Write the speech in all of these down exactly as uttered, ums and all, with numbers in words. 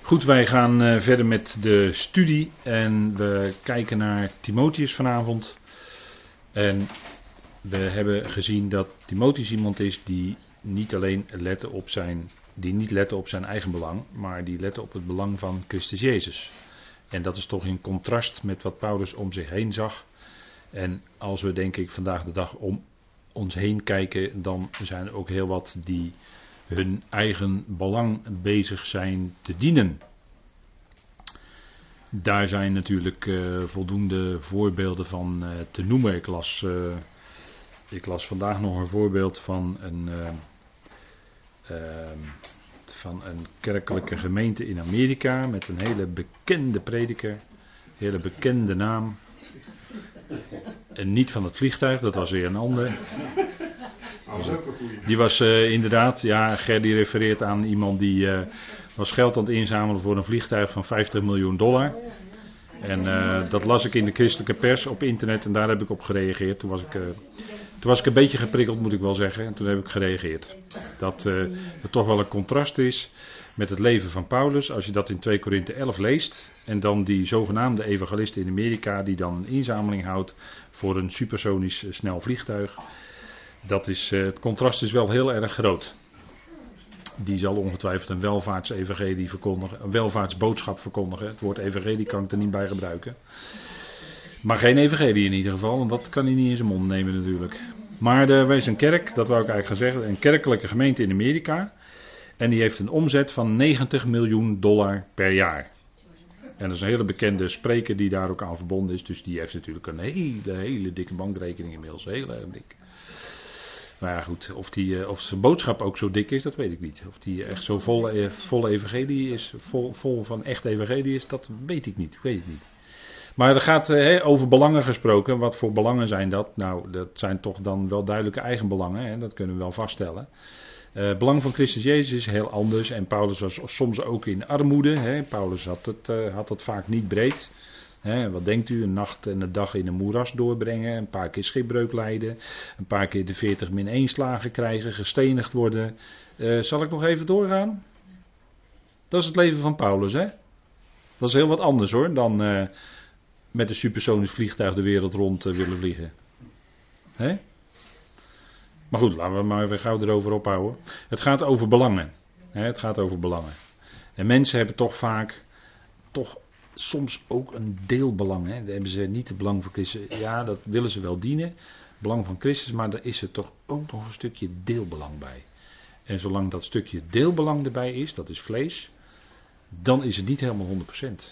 Goed, wij gaan uh, verder met de studie en we kijken naar Timotheus vanavond. En we hebben gezien dat Timotheus iemand is die niet alleen lette op zijn, die niet lette op zijn eigen belang, maar die lette op het belang van Christus Jezus. En dat is toch in contrast met wat Paulus om zich heen zag. En als we denk ik vandaag de dag om ons heen kijken, dan zijn er ook heel wat die hun eigen belang bezig zijn te dienen. Daar zijn natuurlijk uh, voldoende voorbeelden van uh, te noemen. Ik las, uh, ik las vandaag nog een voorbeeld van een, uh, uh, van een kerkelijke gemeente in Amerika met een hele bekende prediker, een hele bekende naam. En niet van het vliegtuig, dat was weer een ander. Die was uh, inderdaad, ja, Ger die refereert aan iemand die uh, was geld aan het inzamelen voor een vliegtuig van vijftig miljoen dollar. En uh, dat las ik in de christelijke pers op internet en daar heb ik op gereageerd. Toen was ik, uh, toen was ik een beetje geprikkeld, moet ik wel zeggen. En toen heb ik gereageerd. Dat uh, er toch wel een contrast is met het leven van Paulus. Als je dat in twee Korinthe elf leest. En dan die zogenaamde evangelist in Amerika die dan een inzameling houdt voor een supersonisch uh, snel vliegtuig. Dat is, uh, het contrast is wel heel erg groot. Die zal ongetwijfeld een welvaartsevangelie verkondigen, een welvaartsboodschap verkondigen. Het woord evangelie kan ik er niet bij gebruiken. Maar geen evangelie in ieder geval, want dat kan hij niet in zijn mond nemen natuurlijk. Maar er is een kerk, dat wou ik eigenlijk gaan zeggen, een kerkelijke gemeente in Amerika. En die heeft een omzet van negentig miljoen dollar per jaar. En dat is een hele bekende spreker die daar ook aan verbonden is. Dus die heeft natuurlijk een hele, hele dikke bankrekening inmiddels, heel erg dik. Maar ja goed, of, die, of zijn boodschap ook zo dik is, dat weet ik niet. Of die echt zo vol, vol evangelie is, vol, vol van echt evangelie is, dat weet ik niet. Weet ik niet. Maar er gaat he, over belangen gesproken. Wat voor belangen zijn dat? Nou, dat zijn toch dan wel duidelijke eigen belangen. Hè? Dat kunnen we wel vaststellen. Het uh, belang van Christus Jezus is heel anders. En Paulus was soms ook in armoede. Hè? Paulus had het, uh, had het vaak niet breed. He, wat denkt u, een nacht en een dag in een moeras doorbrengen, een paar keer schipbreuk lijden, een paar keer de veertig min één slagen krijgen, gestenigd worden. Uh, zal ik nog even doorgaan? Dat is het leven van Paulus, hè? Dat is heel wat anders hoor, dan uh, met een supersonisch vliegtuig de wereld rond uh, willen vliegen. He? Maar goed, laten we maar even gauw erover ophouden. Het gaat over belangen. He, het gaat over belangen. En mensen hebben toch vaak, toch soms ook een deelbelang. Hè. Dan hebben ze niet het belang van Christus. Ja, dat willen ze wel dienen. Belang van Christus. Maar daar is er toch ook nog een stukje deelbelang bij. En zolang dat stukje deelbelang erbij is. Dat is vlees. Dan is het niet helemaal honderd procent.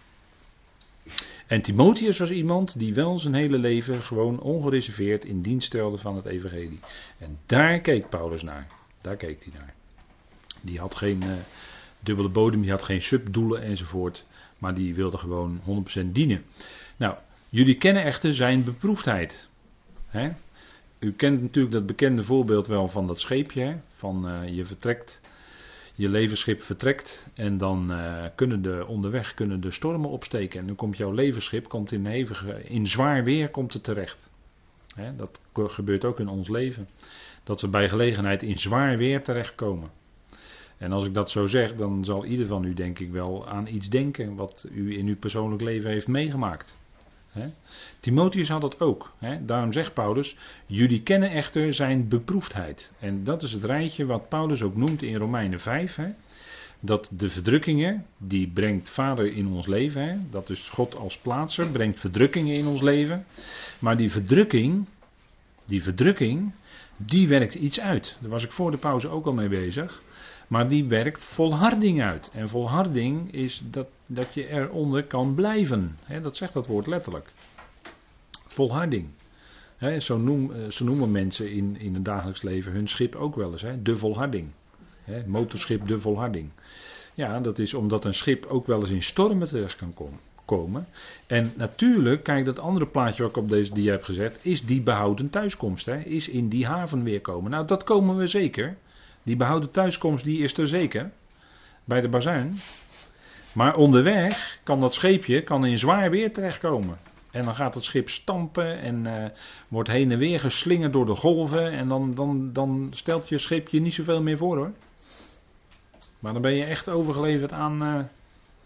En Timotheus was iemand die wel zijn hele leven gewoon ongereserveerd in dienst stelde van het evangelie. En daar keek Paulus naar. Daar keek hij naar. Die had geen uh, dubbele bodem. Die had geen subdoelen enzovoort. Maar die wilde gewoon honderd procent dienen. Nou, jullie kennen echter zijn beproefdheid. Hè? U kent natuurlijk dat bekende voorbeeld wel van dat scheepje. Hè? Van uh, je vertrekt, je levensschip vertrekt. En dan uh, kunnen de, onderweg kunnen de stormen opsteken. En dan komt jouw levensschip komt in, hevige, in zwaar weer komt het terecht. Hè? Dat gebeurt ook in ons leven. Dat we bij gelegenheid in zwaar weer terechtkomen. En als ik dat zo zeg, dan zal ieder van u denk ik wel aan iets denken wat u in uw persoonlijk leven heeft meegemaakt. He? Timotheus had dat ook. He? Daarom zegt Paulus, jullie kennen echter zijn beproefdheid. En dat is het rijtje wat Paulus ook noemt in Romeinen vijf. He? Dat de verdrukkingen, die brengt Vader in ons leven. He? Dat is God als plaatser, brengt verdrukkingen in ons leven. Maar die verdrukking, die verdrukking, die werkt iets uit. Daar was ik voor de pauze ook al mee bezig. Maar die werkt volharding uit. En volharding is dat, dat je eronder kan blijven. He, dat zegt dat woord letterlijk. Volharding. He, zo, noem, zo noemen mensen in, in het dagelijks leven hun schip ook wel eens. He, de volharding. He, motorschip de volharding. Ja, dat is omdat een schip ook wel eens in stormen terecht kan komen. komen. En natuurlijk, kijk, dat andere plaatje wat ik op deze dia heb gezet, is die behouden thuiskomst. He, is in die haven weer komen. Nou, dat komen we zeker. Die behouden thuiskomst die is er zeker. Bij de bazuin. Maar onderweg kan dat scheepje kan in zwaar weer terechtkomen. En dan gaat het schip stampen en uh, wordt heen en weer geslingerd door de golven. En dan, dan, dan stelt je schipje niet zoveel meer voor hoor. Maar dan ben je echt overgeleverd aan, uh,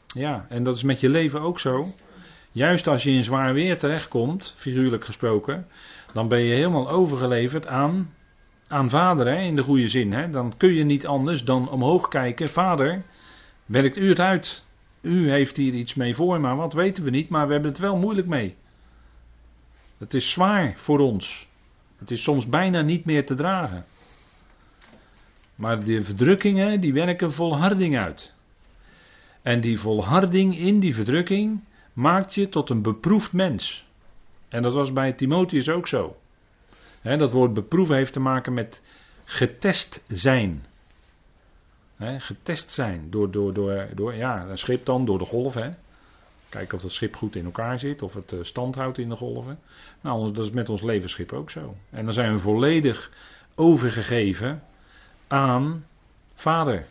Ja, en dat is met je leven ook zo. Juist als je in zwaar weer terechtkomt, figuurlijk gesproken, dan ben je helemaal overgeleverd aan, aan Vader, hè, in de goede zin. Hè. Dan kun je niet anders dan omhoog kijken. Vader, werkt u het uit? U heeft hier iets mee voor, maar wat weten we niet, maar we hebben het wel moeilijk mee. Het is zwaar voor ons. Het is soms bijna niet meer te dragen. Maar de verdrukkingen, die werken volharding uit. En die volharding in die verdrukking maakt je tot een beproefd mens. En dat was bij Timotheus ook zo. He, dat woord beproeven heeft te maken met getest zijn. He, getest zijn door, door, door, door ja, een schip dan, door de golven. He. Kijken of het schip goed in elkaar zit, of het stand houdt in de golven. Nou, dat is met ons levensschip ook zo. En dan zijn we volledig overgegeven aan Vader.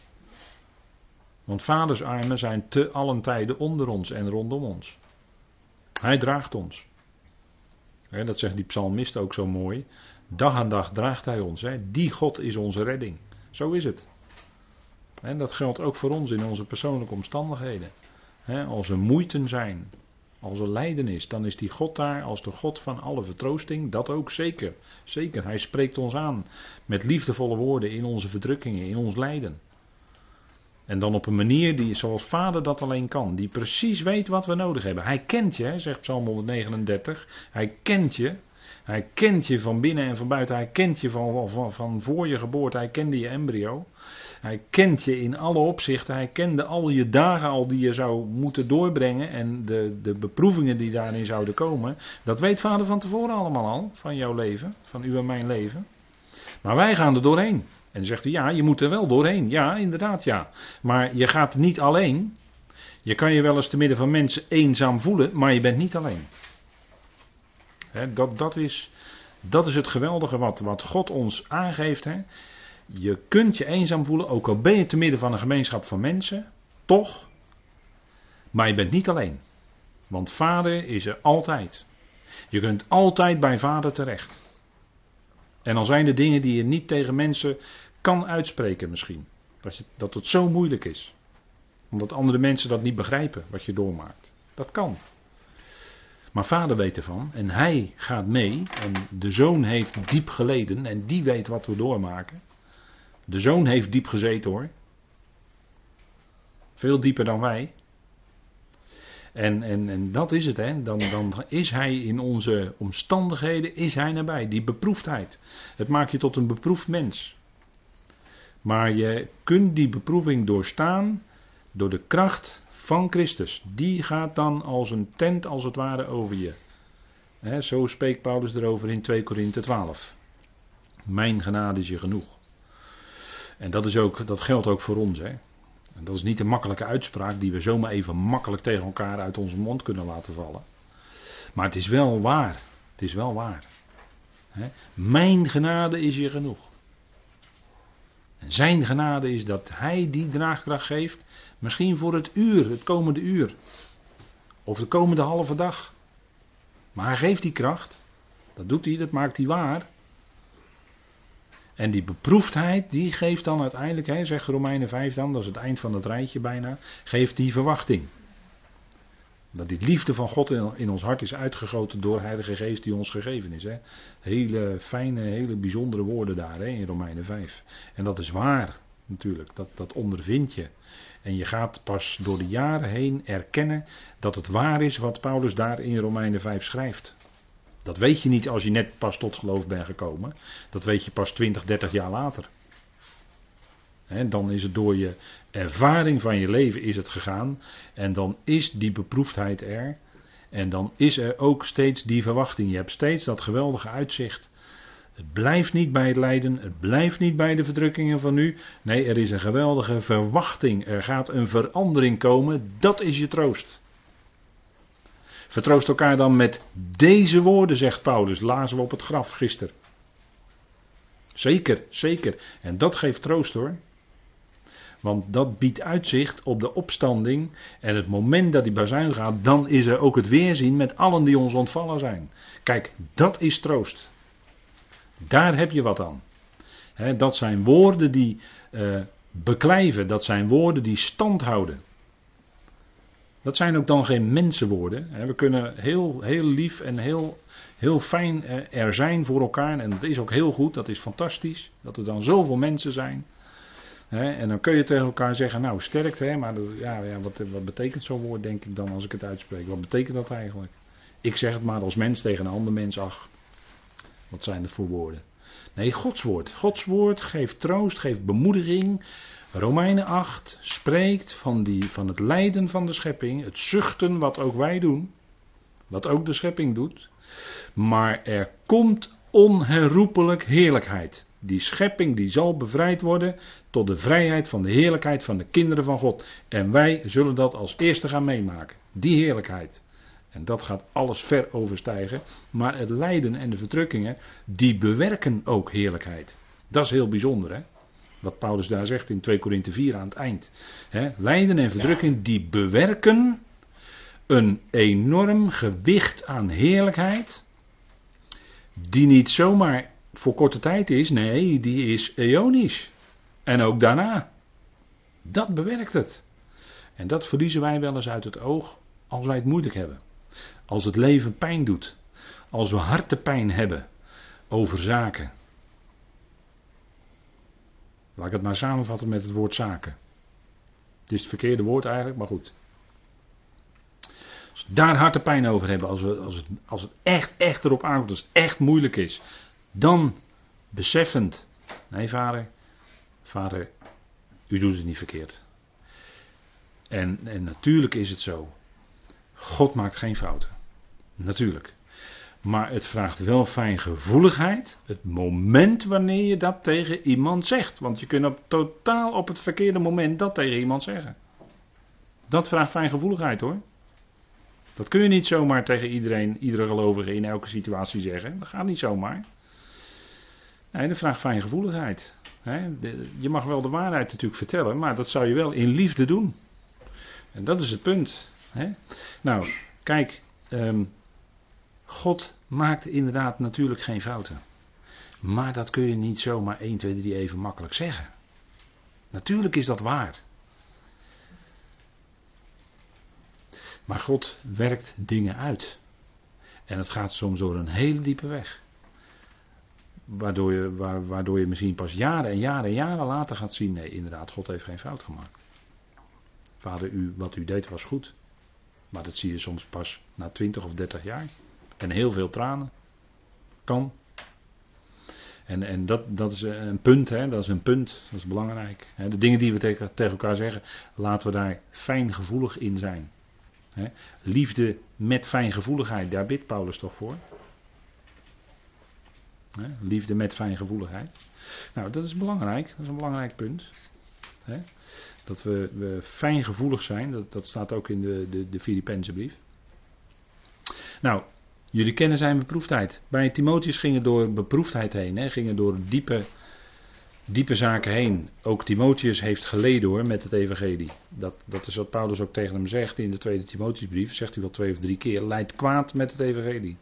Want vaders armen zijn te allen tijden onder ons en rondom ons. Hij draagt ons. He, dat zegt die psalmist ook zo mooi. Dag aan dag draagt hij ons. He. Die God is onze redding. Zo is het. En dat geldt ook voor ons in onze persoonlijke omstandigheden. He, als er moeiten zijn, als er lijden is, dan is die God daar als de God van alle vertroosting. Dat ook zeker. Zeker, hij spreekt ons aan met liefdevolle woorden in onze verdrukkingen, in ons lijden. En dan op een manier die zoals Vader dat alleen kan. Die precies weet wat we nodig hebben. Hij kent je, zegt Psalm honderdnegenendertig. Hij kent je. Hij kent je van binnen en van buiten. Hij kent je van, van, van voor je geboorte. Hij kende je embryo. Hij kent je in alle opzichten. Hij kende al je dagen al die je zou moeten doorbrengen. En de, de beproevingen die daarin zouden komen. Dat weet Vader van tevoren allemaal al. Van jouw leven. Van uw en mijn leven. Maar wij gaan er doorheen. En dan zegt hij, ja, je moet er wel doorheen. Ja, inderdaad, ja. Maar je gaat niet alleen. Je kan je wel eens te midden van mensen eenzaam voelen, maar je bent niet alleen. He, dat, dat, is, dat is het geweldige wat, wat God ons aangeeft. He. Je kunt je eenzaam voelen, ook al ben je te midden van een gemeenschap van mensen, toch. Maar je bent niet alleen. Want Vader is er altijd. Je kunt altijd bij Vader terecht. En dan zijn er dingen die je niet tegen mensen kan uitspreken misschien. Dat, je, dat het zo moeilijk is. Omdat andere mensen dat niet begrijpen wat je doormaakt. Dat kan. Maar Vader weet ervan en hij gaat mee. En de Zoon heeft diep geleden en die weet wat we doormaken. De Zoon heeft diep gezeten hoor. Veel dieper dan wij. En, en, en dat is het, hè. Dan, dan is hij in onze omstandigheden is hij nabij. Die beproefdheid. Het maakt je tot een beproefd mens. Maar je kunt die beproeving doorstaan door de kracht van Christus. Die gaat dan als een tent als het ware over je. Hè, zo spreekt Paulus erover in twee Korinthe twaalf. Mijn genade is je genoeg. En dat, is ook, dat geldt ook voor ons, hè. En dat is niet een makkelijke uitspraak die we zomaar even makkelijk tegen elkaar uit onze mond kunnen laten vallen. Maar het is wel waar. Het is wel waar. He? Mijn genade is je genoeg. En zijn genade is dat hij die draagkracht geeft. Misschien voor het uur, het komende uur. Of de komende halve dag. Maar hij geeft die kracht. Dat doet hij, dat maakt hij waar. En die beproefdheid, die geeft dan uiteindelijk, hè, zegt Romeinen vijf dan, dat is het eind van het rijtje bijna, geeft die verwachting. Dat die liefde van God in, in ons hart is uitgegoten door de Heilige Geest die ons gegeven is. Hè. Hele fijne, hele bijzondere woorden daar hè, in Romeinen vijf. En dat is waar natuurlijk, dat, dat ondervind je. En je gaat pas door de jaren heen erkennen dat het waar is wat Paulus daar in Romeinen vijf schrijft. Dat weet je niet als je net pas tot geloof bent gekomen. Dat weet je pas twintig, dertig jaar later. He, dan is het door je ervaring van je leven is het gegaan. En dan is die beproefdheid er. En dan is er ook steeds die verwachting. Je hebt steeds dat geweldige uitzicht. Het blijft niet bij het lijden. Het blijft niet bij de verdrukkingen van nu. Nee, er is een geweldige verwachting. Er gaat een verandering komen. Dat is je troost. Vertroost elkaar dan met deze woorden, zegt Paulus. Lazen we op het graf gisteren. Zeker, zeker. En dat geeft troost hoor. Want dat biedt uitzicht op de opstanding. En het moment dat die bazuin gaat, dan is er ook het weerzien met allen die ons ontvallen zijn. Kijk, dat is troost. Daar heb je wat aan. He, dat zijn woorden die uh, beklijven. Dat zijn woorden die stand houden. Dat zijn ook dan geen mensenwoorden. We kunnen heel, heel lief en heel, heel fijn er zijn voor elkaar. En dat is ook heel goed, dat is fantastisch. Dat er dan zoveel mensen zijn. En dan kun je tegen elkaar zeggen, nou sterkte, maar dat, ja, ja, wat, wat betekent zo'n woord denk ik dan als ik het uitspreek? Wat betekent dat eigenlijk? Ik zeg het maar als mens tegen een ander mens, ach, wat zijn dat voor woorden? Nee, Gods woord. Gods woord geeft troost, geeft bemoediging. Romeinen acht spreekt van, die, van het lijden van de schepping, het zuchten wat ook wij doen, wat ook de schepping doet. Maar er komt onherroepelijk heerlijkheid. Die schepping die zal bevrijd worden tot de vrijheid van de heerlijkheid van de kinderen van God. En wij zullen dat als eerste gaan meemaken. Die heerlijkheid. En dat gaat alles ver overstijgen. Maar het lijden en de verdrukkingen, die bewerken ook heerlijkheid. Dat is heel bijzonder, hè. Wat Paulus daar zegt in twee Korinthe vier aan het eind. Hè, lijden en verdrukking die bewerken een enorm gewicht aan heerlijkheid. Die niet zomaar voor korte tijd is. Nee, die is eonisch. En ook daarna. Dat bewerkt het. En dat verliezen wij wel eens uit het oog als wij het moeilijk hebben. Als het leven pijn doet. Als we hartepijn hebben over zaken. Laat ik het maar samenvatten met het woord zaken. Het is het verkeerde woord eigenlijk, maar goed. Als we daar hartepijn over hebben, als, we, als, het, als het echt, echt erop aankomt, als het echt moeilijk is, dan beseffend, nee vader, vader, u doet het niet verkeerd. En, en natuurlijk is het zo, God maakt geen fouten. Natuurlijk. Maar het vraagt wel fijngevoeligheid. Het moment wanneer je dat tegen iemand zegt. Want je kunt op, totaal op het verkeerde moment dat tegen iemand zeggen. Dat vraagt fijngevoeligheid hoor. Dat kun je niet zomaar tegen iedereen, iedere gelovige in elke situatie zeggen. Dat gaat niet zomaar. Nee, dat vraagt fijngevoeligheid. Je mag wel de waarheid natuurlijk vertellen. Maar dat zou je wel in liefde doen. En dat is het punt. Nou, kijk. Um, God maakt inderdaad natuurlijk geen fouten. Maar dat kun je niet zomaar één, twee, drie even makkelijk zeggen. Natuurlijk is dat waar. Maar God werkt dingen uit. En het gaat soms door een hele diepe weg. Waardoor je, waardoor je misschien pas jaren en jaren en jaren later gaat zien. Nee, inderdaad, God heeft geen fout gemaakt. Vader, u, wat u deed was goed. Maar dat zie je soms pas na twintig of dertig jaar. En heel veel tranen. Kan. En, en dat, dat is een punt, hè? Dat is een punt. Dat is belangrijk. Hè? De dingen die we tegen, tegen elkaar zeggen, laten we daar fijngevoelig in zijn. Hè? Liefde met fijngevoeligheid, daar bidt Paulus toch voor? Hè? Liefde met fijngevoeligheid. Nou, dat is belangrijk. Dat is een belangrijk punt. Hè? Dat we, we fijngevoelig zijn, dat, dat staat ook in de, de, de Filippense brief. Nou, jullie kennen zijn beproefdheid. Bij Timotheus gingen door beproefdheid heen, hè, gingen door diepe, diepe zaken heen. Ook Timotheus heeft geleden hoor met het evangelie. Dat, dat is wat Paulus ook tegen hem zegt in de tweede Timotheusbrief. Zegt hij wel twee of drie keer. Leid kwaad met het evangelie.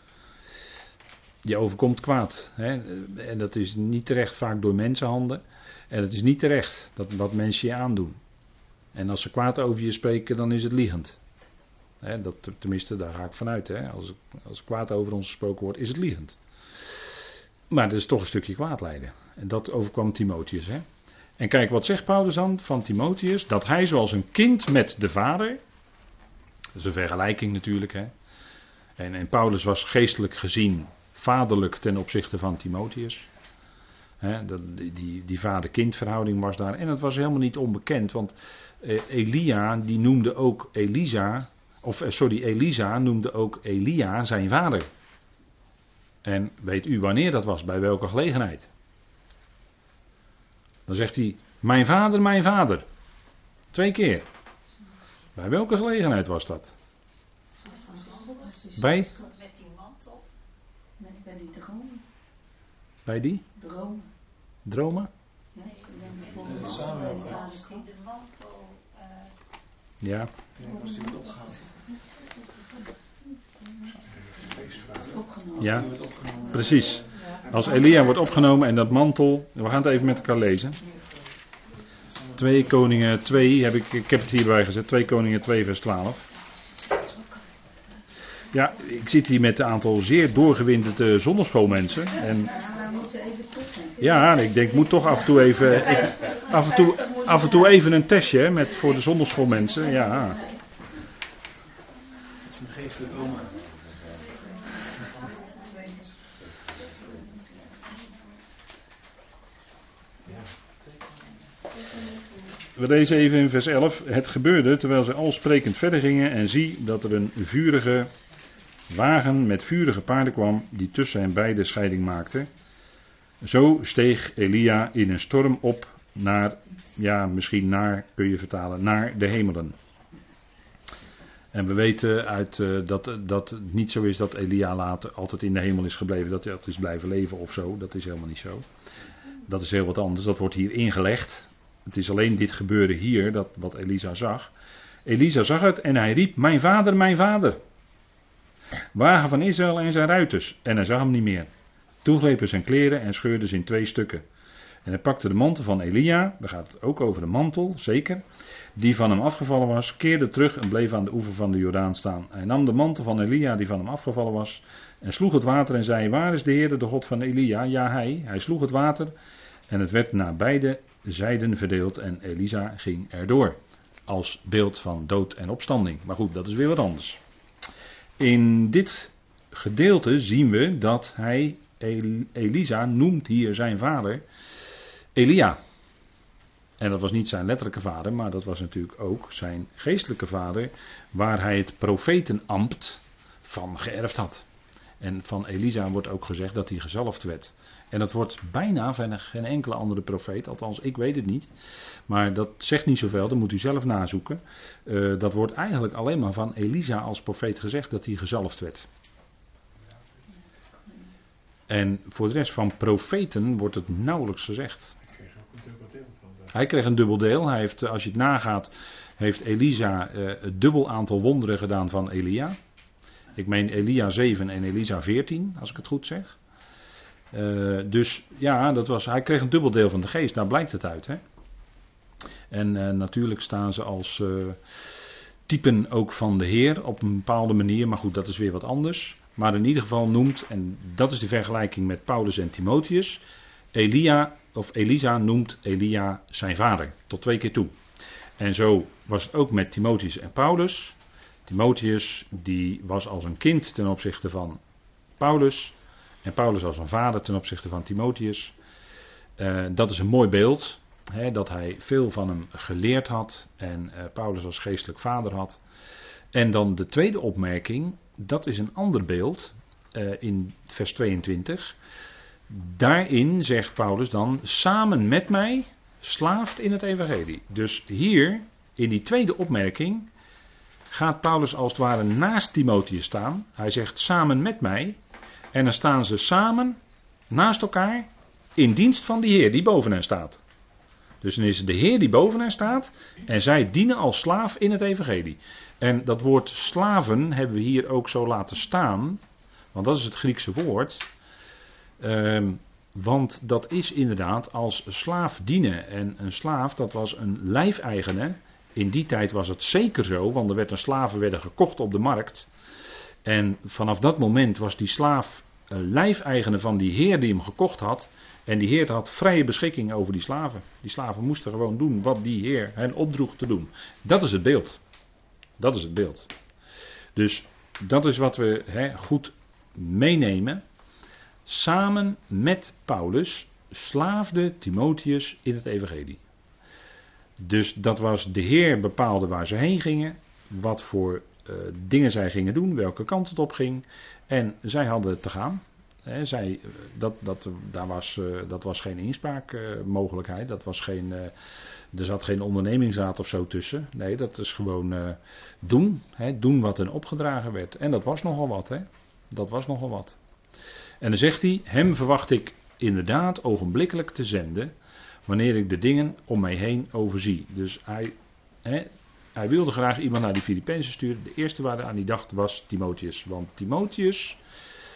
Je overkomt kwaad. Hè, en dat is niet terecht vaak door mensenhanden. En het is niet terecht dat wat mensen je aandoen. En als ze kwaad over je spreken, dan is het liegend. He, dat, tenminste, daar ga ik vanuit. He. Als, als kwaad over ons gesproken wordt, is het liegend. Maar dat is toch een stukje kwaad lijden. En dat overkwam Timotheus. He. En kijk, wat zegt Paulus dan van Timotheus? Dat hij zoals een kind met de vader. Dat is een vergelijking natuurlijk. He. En, en Paulus was geestelijk gezien vaderlijk ten opzichte van Timotheus. He, dat, die die vader-kind verhouding was daar. En het was helemaal niet onbekend. Want eh, Elia die noemde ook Elisa. Of sorry, Elisa noemde ook Elia zijn vader. En weet u wanneer dat was? Bij welke gelegenheid? Dan zegt hij, mijn vader, mijn vader. Twee keer. Bij welke gelegenheid was dat? Bij? Met die mantel. Nee, bij die dromen. Bij die? Dromen. Dromen? Nee, Samuel. De mantel. Uh... Ja. Ja, precies. Als Elia wordt opgenomen en dat mantel. We gaan het even met elkaar lezen. twee Koningen twee, heb ik, ik heb het hierbij gezet, twee Koningen twee vers twaalf. Ja, ik zit hier met een aantal zeer doorgewinterde zonderschoolmensen. En Ja, we moeten even terugdenken. ja, ik denk, ik moet toch af en toe even, ik, af en toe, af en toe even een testje hè, met, voor de zonderschoolmensen. Ja. We lezen even in vers elf. Het gebeurde terwijl ze al sprekend verder gingen en zie dat er een vurige wagen met vurige paarden kwam die tussen hen beiden scheiding maakte. Zo steeg Elia in een storm op naar, ja misschien naar, kun je vertalen, naar de hemelen. En we weten uit uh, dat, dat het niet zo is dat Elia later altijd in de hemel is gebleven, dat hij altijd is blijven leven of zo. Dat is helemaal niet zo. Dat is heel wat anders, dat wordt hier ingelegd. Het is alleen dit gebeuren hier, dat wat Elisa zag. Elisa zag het en hij riep, mijn vader, mijn vader. Wagen van Israël en zijn ruiters. En hij zag hem niet meer. Toen greep hij zijn kleren en scheurde ze in twee stukken. En hij pakte de mantel van Elia, daar gaat het ook over de mantel, zeker, die van hem afgevallen was, keerde terug en bleef aan de oever van de Jordaan staan. Hij nam de mantel van Elia die van hem afgevallen was en sloeg het water en zei, waar is de Heere, de God van Elia? Ja, hij. Hij sloeg het water en het werd naar beide zijden verdeeld en Elisa ging erdoor. Als beeld van dood en opstanding. Maar goed, dat is weer wat anders. In dit gedeelte zien we dat hij, Elisa noemt hier zijn vader Elia. En dat was niet zijn letterlijke vader, maar dat was natuurlijk ook zijn geestelijke vader, waar hij het profetenambt van geërfd had. En van Elisa wordt ook gezegd dat hij gezalfd werd. En dat wordt bijna van geen enkele andere profeet, althans ik weet het niet. Maar dat zegt niet zoveel, dat moet u zelf nazoeken. Uh, dat wordt eigenlijk alleen maar van Elisa als profeet gezegd dat hij gezalfd werd. En voor de rest van profeten wordt het nauwelijks gezegd. Hij kreeg een dubbel deel. Hij heeft, als je het nagaat, heeft Elisa uh, het dubbel aantal wonderen gedaan van Elia. Ik meen Elia zeven en Elisa veertien, als ik het goed zeg. Uh, dus ja, dat was, hij kreeg een dubbel deel van de geest, daar blijkt het uit. Hè? En uh, natuurlijk staan ze als uh, typen ook van de Heer op een bepaalde manier, maar goed, dat is weer wat anders. Maar in ieder geval noemt, en dat is de vergelijking met Paulus en Timotheus, Elia of Elisa noemt Elia zijn vader, tot twee keer toe. En zo was het ook met Timotheus en Paulus. Timotheus die was als een kind ten opzichte van Paulus. En Paulus als een vader ten opzichte van Timotheus. Uh, dat is een mooi beeld. Hè, dat hij veel van hem geleerd had. En uh, Paulus als geestelijk vader had. En dan de tweede opmerking. Dat is een ander beeld. Uh, in vers tweeëntwintig. Daarin zegt Paulus dan. Samen met mij slaaft in het evangelie. Dus hier in die tweede opmerking. Gaat Paulus als het ware naast Timotheus staan. Hij zegt samen met mij. En dan staan ze samen naast elkaar in dienst van die Heer die boven hen staat. Dus dan is het de Heer die boven hen staat en zij dienen als slaaf in het evangelie. En dat woord slaven hebben we hier ook zo laten staan, want dat is het Griekse woord. Um, want dat is inderdaad als slaaf dienen. En een slaaf, dat was een lijfeigene. In die tijd was het zeker zo, want er werd een slaven werden gekocht op de markt. En vanaf dat moment was die slaaf een lijfeigene van die heer die hem gekocht had. En die heer had vrije beschikking over die slaven. Die slaven moesten gewoon doen wat die heer hen opdroeg te doen. Dat is het beeld. Dat is het beeld. Dus dat is wat we he, goed meenemen. Samen met Paulus slaafde Timotheus in het evangelie. Dus dat was de Heer bepaalde waar ze heen gingen. Wat voor uh, dingen zij gingen doen. Welke kant het op ging. En zij hadden te gaan. He, zij, dat, dat, daar was, uh, dat was geen inspraakmogelijkheid. Uh, dat was geen, uh, er zat geen ondernemingsraad of zo tussen. Nee, dat is gewoon uh, doen. He, doen wat hen opgedragen werd. En dat was nogal wat. He. Dat was nogal wat. En dan zegt hij, hem verwacht ik inderdaad ogenblikkelijk te zenden, wanneer ik de dingen om mij heen overzie. Dus hij, hè, hij wilde graag iemand naar die Filippenzen sturen. De eerste waar hij aan die dacht was Timotheus. Want Timotheus,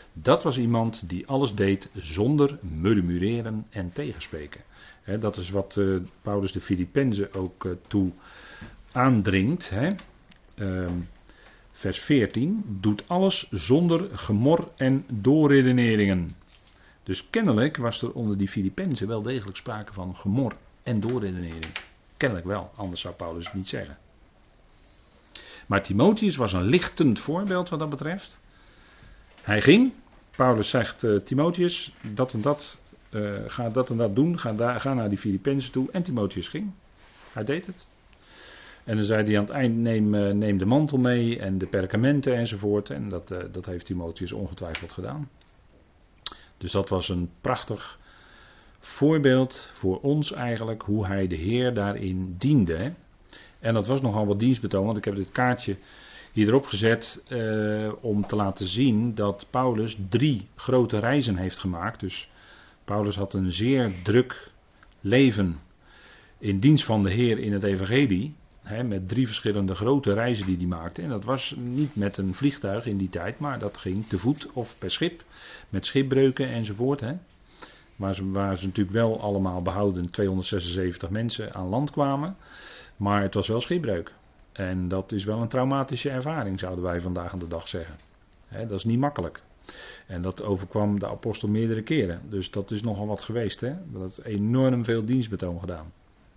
Dat was iemand die alles deed zonder murmureren en tegenspreken. He, dat is wat uh, Paulus de Filippenzen ook uh, toe aandringt. He. Uh, vers veertien. Doet alles zonder gemor en doorredeneringen. Dus kennelijk was er onder die Filippenzen wel degelijk sprake van gemor en doorredenering. Kennelijk wel, anders zou Paulus het niet zeggen. Maar Timotheus was een lichtend voorbeeld wat dat betreft. Hij ging, Paulus zegt uh, Timotheus, dat en dat, uh, ga dat en dat doen, ga, daar, ga naar die Filippenzen toe. En Timotheus ging. Hij deed het. En dan zei hij aan het eind, neem, uh, neem de mantel mee en de perkamenten enzovoort. En dat, uh, dat heeft Timotheus ongetwijfeld gedaan. Dus dat was een prachtig voorbeeld voor ons eigenlijk, hoe hij de Heer daarin diende. Hè? En dat was nogal wat dienstbetoon, want ik heb dit kaartje hier erop gezet uh, om te laten zien dat Paulus drie grote reizen heeft gemaakt. Dus Paulus had een zeer druk leven in dienst van de Heer in het evangelie. Hè, met drie verschillende grote reizen die hij maakte. En dat was niet met een vliegtuig in die tijd, maar dat ging te voet of per schip. Met schipbreuken enzovoort. Hè. Waar ze, waar ze natuurlijk wel allemaal behouden tweehonderdzesenzeventig mensen aan land kwamen. Maar het was wel schipbreuk. En dat is wel een traumatische ervaring, zouden wij vandaag aan de dag zeggen. He, dat is niet makkelijk. En dat overkwam de apostel meerdere keren. Dus dat is nogal wat geweest. He. Dat heeft enorm veel dienstbetoon gedaan.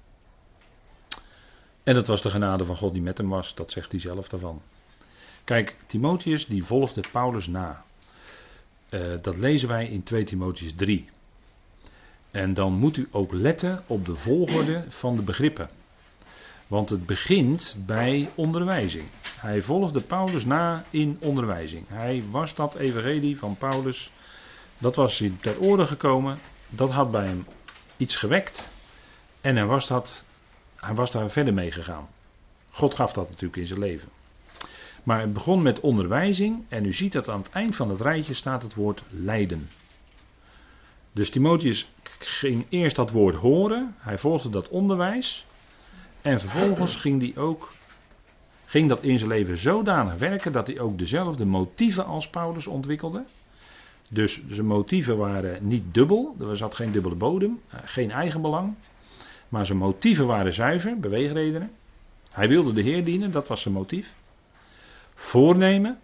En dat was de genade van God die met hem was. Dat zegt hij zelf daarvan. Kijk, Timotheus die volgde Paulus na. Uh, dat lezen wij in twee Timotheus drie. En dan moet u ook letten op de volgorde van de begrippen. Want het begint bij onderwijzing. Hij volgde Paulus na in onderwijzing. Hij was dat evangelie van Paulus, dat was hem ter oren gekomen. Dat had bij hem iets gewekt. En hij was, dat, hij was daar verder mee gegaan. God gaf dat natuurlijk in zijn leven. Maar het begon met onderwijzing. En u ziet dat aan het eind van het rijtje staat het woord lijden. Dus Timotheus ging eerst dat woord horen. Hij volgde dat onderwijs. En vervolgens ging, die ook, ging dat in zijn leven zodanig werken dat hij ook dezelfde motieven als Paulus ontwikkelde. Dus zijn motieven waren niet dubbel, er zat geen dubbele bodem, geen eigenbelang. Maar zijn motieven waren zuiver, beweegredenen. Hij wilde de Heer dienen, dat was zijn motief. Voornemen.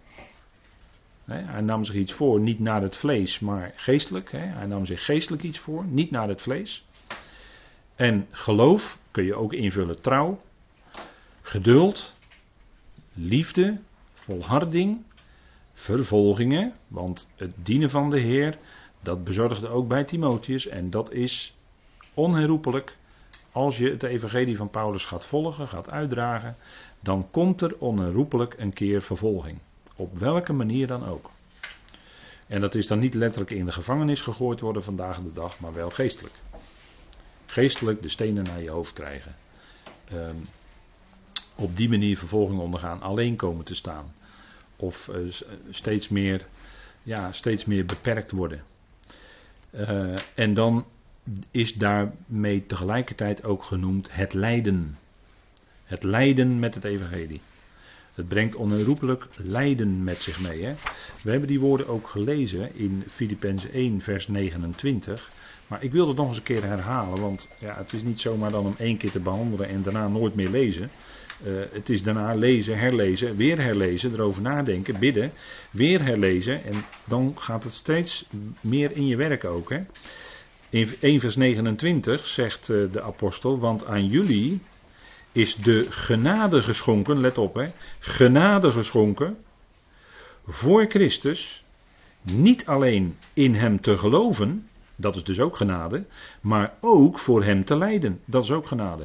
Hij nam zich iets voor, niet naar het vlees, maar geestelijk. Hij nam zich geestelijk iets voor, niet naar het vlees. En geloof kun je ook invullen trouw, geduld, liefde, volharding, vervolgingen. Want het dienen van de Heer, dat bezorgde ook bij Timotheus. En dat is onherroepelijk. Als je het evangelie van Paulus gaat volgen, gaat uitdragen, dan komt er onherroepelijk een keer vervolging. Op welke manier dan ook. En dat is dan niet letterlijk in de gevangenis gegooid worden vandaag de dag, maar wel geestelijk. Geestelijk de stenen naar je hoofd krijgen. Um, op die manier vervolging ondergaan, alleen komen te staan. Of uh, steeds meer, ja, steeds meer beperkt worden. Uh, en dan is daarmee tegelijkertijd ook genoemd het lijden. Het lijden met het evangelie. Het brengt onherroepelijk lijden met zich mee. Hè? We hebben die woorden ook gelezen in Filippenzen één vers negenentwintig. Maar ik wil het nog eens een keer herhalen, want ja, het is niet zomaar dan om één keer te behandelen en daarna nooit meer lezen. Uh, het is daarna lezen, herlezen, weer herlezen, erover nadenken, bidden, weer herlezen en dan gaat het steeds meer in je werk ook. Hè? In één vers negenentwintig zegt uh, de apostel, want aan jullie is de genade geschonken, let op hè, genade geschonken voor Christus, niet alleen in hem te geloven. Dat is dus ook genade. Maar ook voor hem te lijden. Dat is ook genade.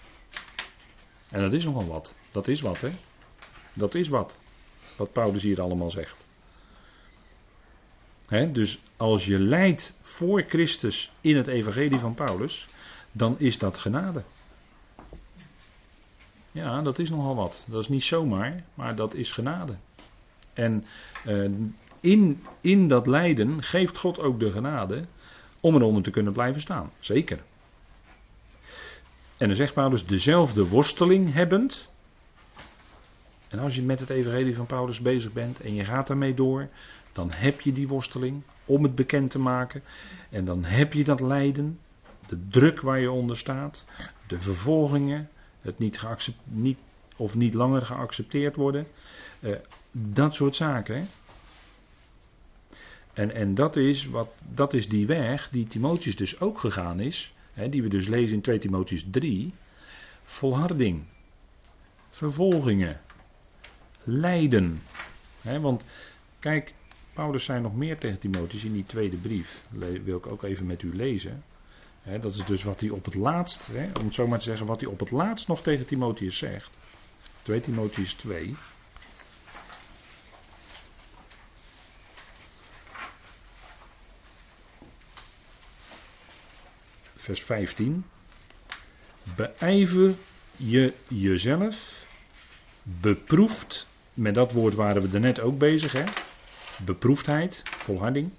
En dat is nogal wat. Dat is wat, hè. Dat is wat. Wat Paulus hier allemaal zegt. Hè, dus als je lijdt voor Christus in het evangelie van Paulus, dan is dat genade. Ja, dat is nogal wat. Dat is niet zomaar, maar dat is genade. En uh, in, in dat lijden geeft God ook de genade om eronder te kunnen blijven staan. Zeker. En dan zegt Paulus, dezelfde worsteling hebbend. En als je met het evangelie van Paulus bezig bent en je gaat daarmee door, dan heb je die worsteling om het bekend te maken. En dan heb je dat lijden, de druk waar je onder staat, de vervolgingen, het niet, geaccept, niet of niet langer geaccepteerd worden. Uh, dat soort zaken. Hè? En, en dat, is wat, dat is die weg die Timotheus dus ook gegaan is. Hè, die we dus lezen in twee Timotheus drie. Volharding. Vervolgingen. Lijden. Hè, want kijk, Paulus zei nog meer tegen Timotheus in die tweede brief. Le- wil ik ook even met u lezen. Hè, dat is dus wat hij op het laatst, hè, om het zo maar te zeggen, wat hij op het laatst nog tegen Timotheus zegt. twee Timotheus twee. Vers vijftien. Beijver je jezelf, beproefd, met dat woord waren we er net ook bezig, hè? Beproefdheid, volharding.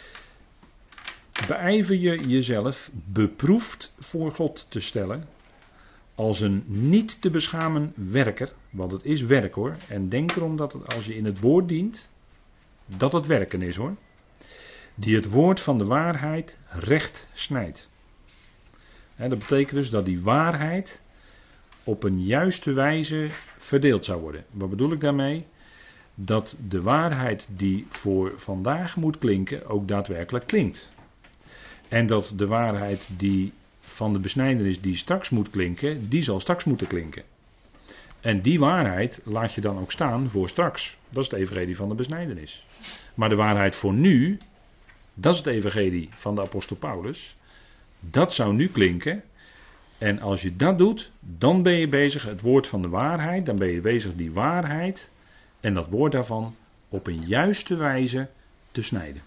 Beijver je jezelf, beproefd voor God te stellen, als een niet te beschamen werker, want het is werk hoor, en denk erom dat het, als je in het woord dient, dat het werken is hoor, die het woord van de waarheid recht snijdt. En dat betekent dus dat die waarheid op een juiste wijze verdeeld zou worden. Wat bedoel ik daarmee? Dat de waarheid die voor vandaag moet klinken ook daadwerkelijk klinkt. En dat de waarheid die van de besnijdenis die straks moet klinken, die zal straks moeten klinken. En die waarheid laat je dan ook staan voor straks. Dat is het evangelie van de besnijdenis. Maar de waarheid voor nu, dat is het evangelie van de apostel Paulus. Dat zou nu klinken. En als je dat doet, dan ben je bezig het woord van de waarheid. Dan ben je bezig die waarheid en dat woord daarvan op een juiste wijze te snijden.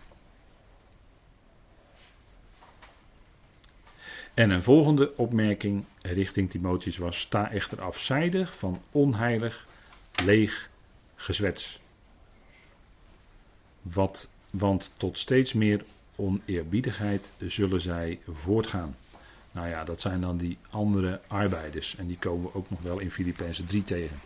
En een volgende opmerking richting Timotheus was: sta echter afzijdig van onheilig, leeg gezwets. Wat, want tot steeds meer oneerbiedigheid zullen zij voortgaan. Nou ja, dat zijn dan die andere arbeiders. En die komen we ook nog wel in Filippenzen drie tegen.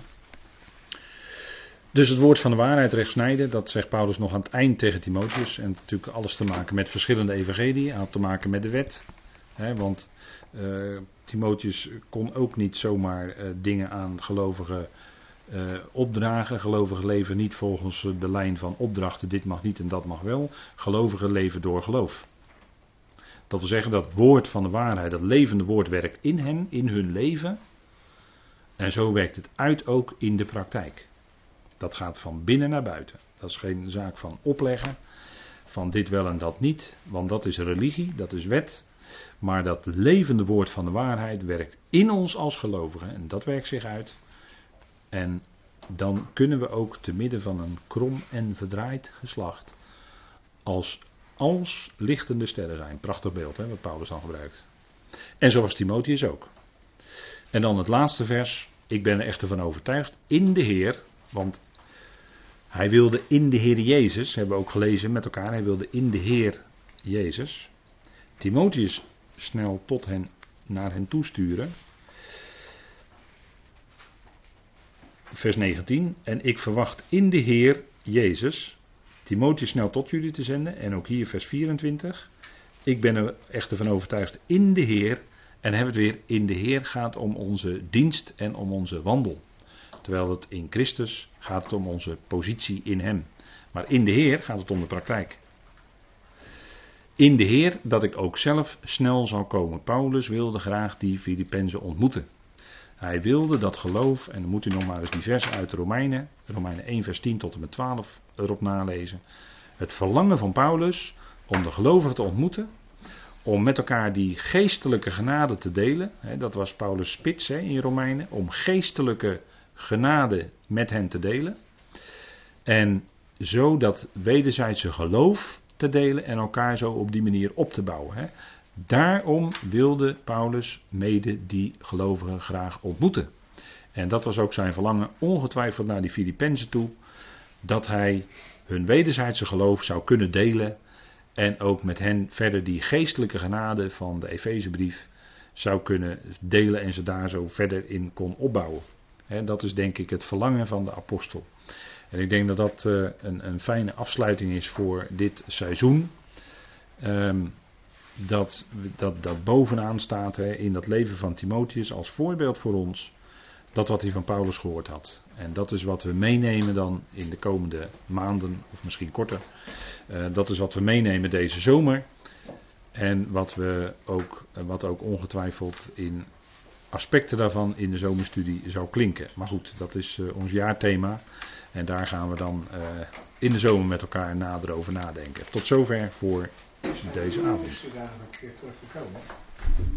Dus het woord van de waarheid recht snijden, dat zegt Paulus nog aan het eind tegen Timotheus. En natuurlijk alles te maken met verschillende evangelieën. Hij had te maken met de wet. Hè, want uh, Timotheus kon ook niet zomaar uh, dingen aan gelovigen uh, opdragen. Gelovigen leven niet volgens de lijn van opdrachten. Dit mag niet en dat mag wel. Gelovigen leven door geloof. Dat wil zeggen dat woord van de waarheid, dat levende woord werkt in hen, in hun leven. En zo werkt het uit ook in de praktijk. Dat gaat van binnen naar buiten. Dat is geen zaak van opleggen, van dit wel en dat niet. Want dat is religie, dat is wet. Maar dat levende woord van de waarheid werkt in ons als gelovigen. En dat werkt zich uit. En dan kunnen we ook te midden van een krom en verdraaid geslacht als als lichtende sterren zijn. Prachtig beeld, hè, wat Paulus dan gebruikt. En zo was Timotheus ook. En dan het laatste vers. Ik ben er echter van overtuigd. In de Heer. Want hij wilde in de Heer Jezus. Hebben we ook gelezen met elkaar. Hij wilde in de Heer Jezus. Timotheus snel tot hen, naar hen toesturen. Vers negentien. En ik verwacht in de Heer Jezus Timotheus snel tot jullie te zenden. En ook hier vers vierentwintig. Ik ben er echter van overtuigd in de Heer. En hebben we het weer, in de Heer gaat om onze dienst en om onze wandel. Terwijl het in Christus gaat het om onze positie in Hem. Maar in de Heer gaat het om de praktijk. In de Heer dat ik ook zelf snel zal komen. Paulus wilde graag die Filippenzen ontmoeten. Hij wilde dat geloof, en dan moet u nog maar eens die vers uit de Romeinen, Romeinen één vers tien tot en met twaalf erop nalezen. Het verlangen van Paulus om de gelovigen te ontmoeten, om met elkaar die geestelijke genade te delen. Hè, dat was Paulus' spits hè, in Romeinen, om geestelijke genade met hen te delen. En zo dat wederzijdse geloof te delen en elkaar zo op die manier op te bouwen. Hè. Daarom wilde Paulus mede die gelovigen graag ontmoeten. En dat was ook zijn verlangen, ongetwijfeld naar die Filippenzen toe, dat hij hun wederzijdse geloof zou kunnen delen en ook met hen verder die geestelijke genade van de Efezebrief zou kunnen delen en ze daar zo verder in kon opbouwen. He, dat is denk ik het verlangen van de apostel. En ik denk dat dat uh, een, een fijne afsluiting is voor dit seizoen. Um, dat, dat, dat bovenaan staat he, in dat leven van Timotheus als voorbeeld voor ons. Dat wat hij van Paulus gehoord had. En dat is wat we meenemen dan in de komende maanden, of misschien korter. Uh, dat is wat we meenemen deze zomer. En wat we ook, wat ook ongetwijfeld in aspecten daarvan in de zomerstudie zou klinken. Maar goed, dat is uh, ons jaarthema. En daar gaan we dan uh, in de zomer met elkaar nader over nadenken. Tot zover voor deze avond.